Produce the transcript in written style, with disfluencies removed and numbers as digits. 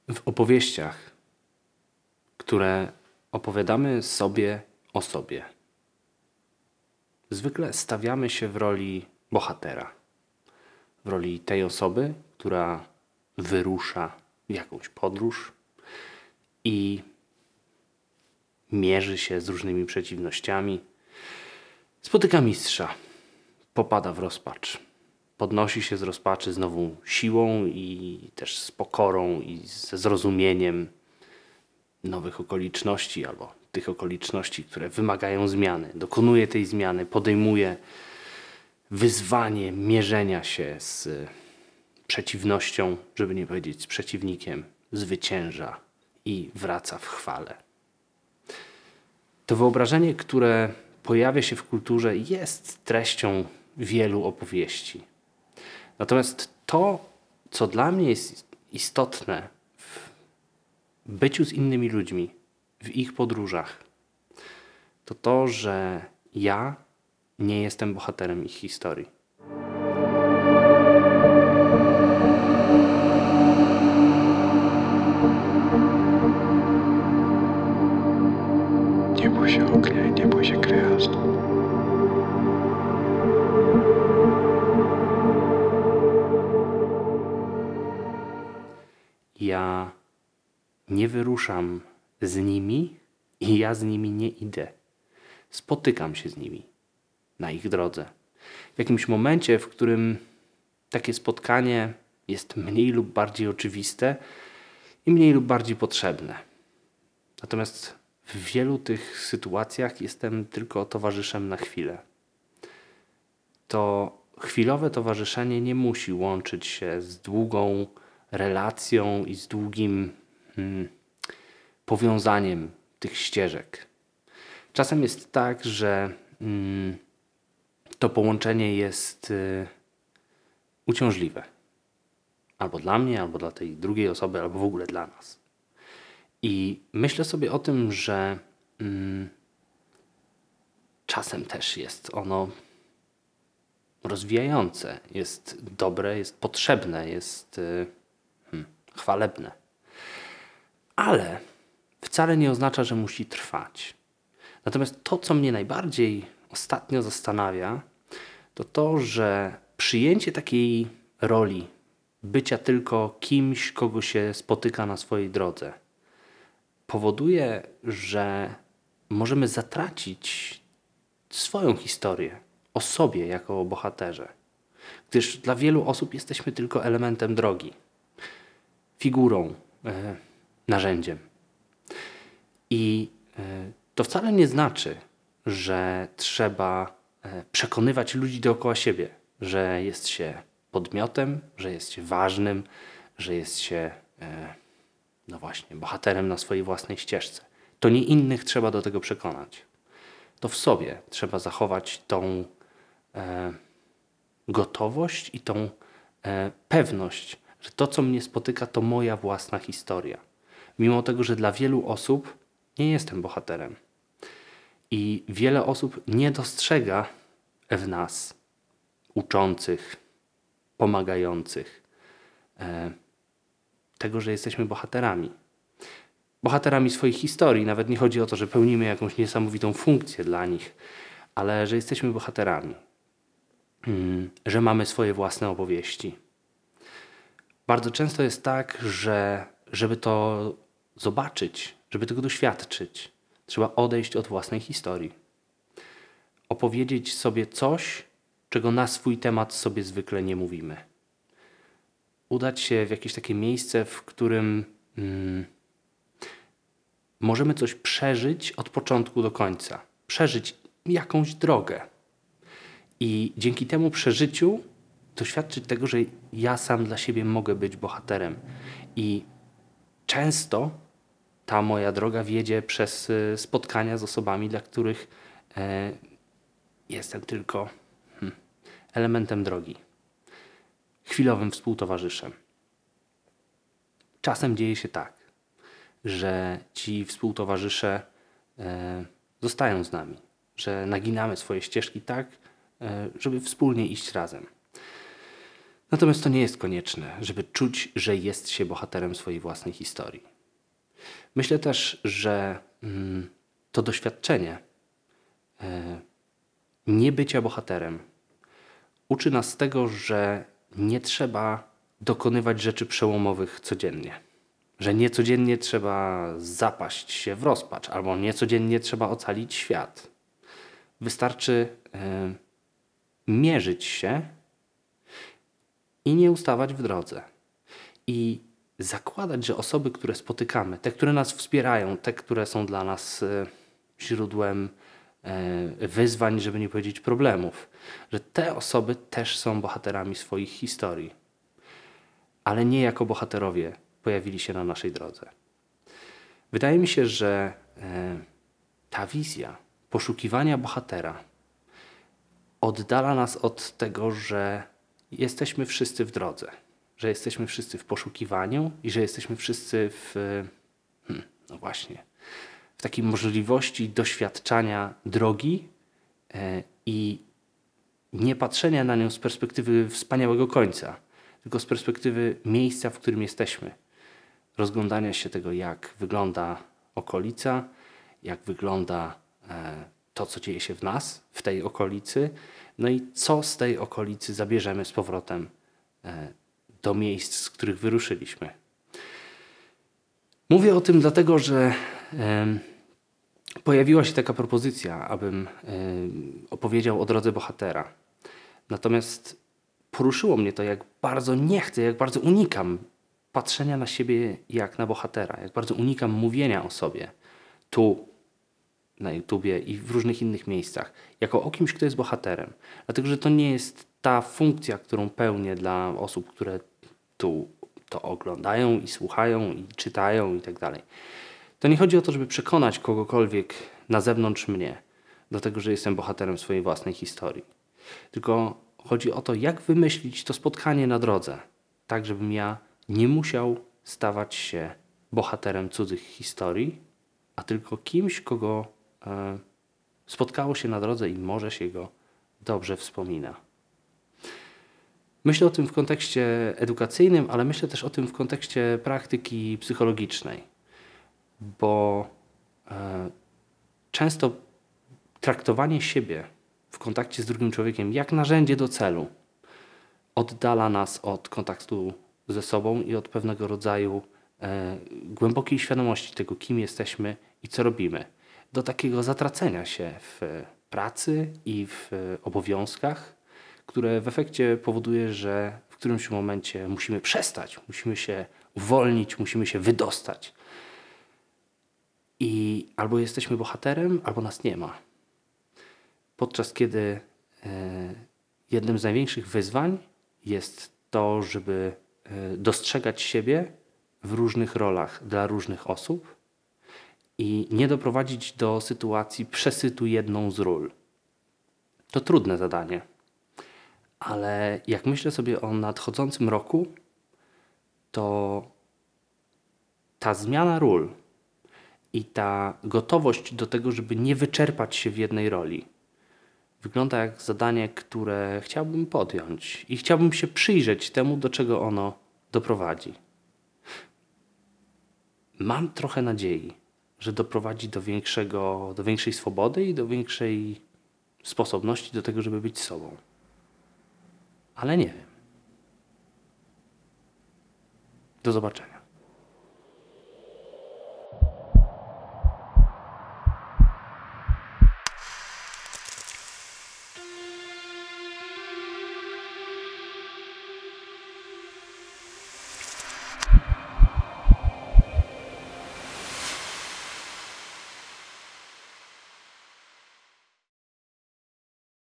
W opowieściach, które opowiadamy sobie o sobie, zwykle stawiamy się w roli bohatera. W roli tej osoby, która wyrusza w jakąś podróż i mierzy się z różnymi przeciwnościami. Spotyka mistrza, popada w rozpacz. Podnosi się z rozpaczy z nową siłą i też z pokorą i ze zrozumieniem nowych okoliczności albo tych okoliczności, które wymagają zmiany. Dokonuje tej zmiany, podejmuje wyzwanie mierzenia się z przeciwnością, żeby nie powiedzieć z przeciwnikiem, zwycięża i wraca w chwale. To wyobrażenie, które pojawia się w kulturze, jest treścią wielu opowieści. Natomiast to, co dla mnie jest istotne w byciu z innymi ludźmi, w ich podróżach, to to, że ja nie jestem bohaterem ich historii. Nie bój się ognia i nie bój się gwiazd. Ja nie wyruszam z nimi i ja z nimi nie idę. Spotykam się z nimi na ich drodze. W jakimś momencie, w którym takie spotkanie jest mniej lub bardziej oczywiste i mniej lub bardziej potrzebne. Natomiast w wielu tych sytuacjach jestem tylko towarzyszem na chwilę. To chwilowe towarzyszenie nie musi łączyć się z długą relacją i z długim powiązaniem tych ścieżek. Czasem jest tak, że to połączenie jest uciążliwe. Albo dla mnie, albo dla tej drugiej osoby, albo w ogóle dla nas. I myślę sobie o tym, że czasem też jest ono rozwijające, jest dobre, jest potrzebne, jest chwalebne. Ale wcale nie oznacza, że musi trwać. Natomiast to, co mnie najbardziej ostatnio zastanawia, to to, że przyjęcie takiej roli bycia tylko kimś, kogo się spotyka na swojej drodze, powoduje, że możemy zatracić swoją historię o sobie jako o bohaterze. Gdyż dla wielu osób jesteśmy tylko elementem drogi, figurą, narzędziem. I to wcale nie znaczy, że trzeba przekonywać ludzi dookoła siebie, że jest się podmiotem, że jest się ważnym, że jest się no właśnie, bohaterem na swojej własnej ścieżce. To nie innych trzeba do tego przekonać. To w sobie trzeba zachować tą gotowość i tą pewność, że to, co mnie spotyka, to moja własna historia. Mimo tego, że dla wielu osób nie jestem bohaterem. I wiele osób nie dostrzega w nas uczących, pomagających tego, że jesteśmy bohaterami. Bohaterami swoich historii. Nawet nie chodzi o to, że pełnimy jakąś niesamowitą funkcję dla nich, ale że jesteśmy bohaterami. Że mamy swoje własne opowieści. Bardzo często jest tak, że żeby to zobaczyć, żeby tego doświadczyć, trzeba odejść od własnej historii. Opowiedzieć sobie coś, czego na swój temat sobie zwykle nie mówimy. Udać się w jakieś takie miejsce, w którym możemy coś przeżyć od początku do końca. Przeżyć jakąś drogę. I dzięki temu przeżyciu doświadczyć tego, że ja sam dla siebie mogę być bohaterem. I często ta moja droga wiedzie przez spotkania z osobami, dla których jestem tylko elementem drogi. Chwilowym współtowarzyszem. Czasem dzieje się tak, że ci współtowarzysze zostają z nami, że naginamy swoje ścieżki tak, żeby wspólnie iść razem. Natomiast to nie jest konieczne, żeby czuć, że jest się bohaterem swojej własnej historii. Myślę też, że to doświadczenie niebycia bohaterem uczy nas tego, że nie trzeba dokonywać rzeczy przełomowych codziennie. Że nie codziennie trzeba zapaść się w rozpacz, albo nie codziennie trzeba ocalić świat. Wystarczy mierzyć się i nie ustawać w drodze. I zakładać, że osoby, które spotykamy, te, które nas wspierają, te, które są dla nas źródłem wyzwań, żeby nie powiedzieć problemów, że te osoby też są bohaterami swoich historii, ale nie jako bohaterowie pojawili się na naszej drodze. Wydaje mi się, że ta wizja poszukiwania bohatera oddala nas od tego, że jesteśmy wszyscy w drodze, że jesteśmy wszyscy w poszukiwaniu i że jesteśmy wszyscy no właśnie, w takiej możliwości doświadczania drogi i nie patrzenia na nią z perspektywy wspaniałego końca, tylko z perspektywy miejsca, w którym jesteśmy. Rozglądania się tego, jak wygląda okolica, jak wygląda to, co dzieje się w nas, w tej okolicy, no i co z tej okolicy zabierzemy z powrotem do miejsc, z których wyruszyliśmy. Mówię o tym dlatego, że pojawiła się taka propozycja, abym opowiedział o drodze bohatera. Natomiast poruszyło mnie to, jak bardzo nie chcę, jak bardzo unikam patrzenia na siebie jak na bohatera, jak bardzo unikam mówienia o sobie tu, na YouTubie i w różnych innych miejscach, jako o kimś, kto jest bohaterem. Dlatego, że to nie jest ta funkcja, którą pełnię dla osób, które tu to oglądają i słuchają i czytają i tak dalej. To nie chodzi o to, żeby przekonać kogokolwiek na zewnątrz mnie do tego, że jestem bohaterem swojej własnej historii. Tylko chodzi o to, jak wymyślić to spotkanie na drodze, tak żebym ja nie musiał stawać się bohaterem cudzych historii, a tylko kimś, kogo spotkało się na drodze i może się go dobrze wspomina. Myślę o tym w kontekście edukacyjnym, ale myślę też o tym w kontekście praktyki psychologicznej, bo często traktowanie siebie w kontakcie z drugim człowiekiem jak narzędzie do celu oddala nas od kontaktu ze sobą i od pewnego rodzaju głębokiej świadomości tego, kim jesteśmy i co robimy. Do takiego zatracenia się w pracy i w obowiązkach, które w efekcie powoduje, że w którymś momencie musimy przestać, musimy się uwolnić, musimy się wydostać. I albo jesteśmy bohaterem, albo nas nie ma. Podczas kiedy jednym z największych wyzwań jest to, żeby dostrzegać siebie w różnych rolach dla różnych osób i nie doprowadzić do sytuacji przesytu jedną z ról. To trudne zadanie, ale jak myślę sobie o nadchodzącym roku, to ta zmiana ról i ta gotowość do tego, żeby nie wyczerpać się w jednej roli, wygląda jak zadanie, które chciałbym podjąć i chciałbym się przyjrzeć temu, do czego ono doprowadzi. Mam trochę nadziei, że doprowadzi do większej swobody i do większej sposobności do tego, żeby być sobą. Ale nie wiem. Do zobaczenia.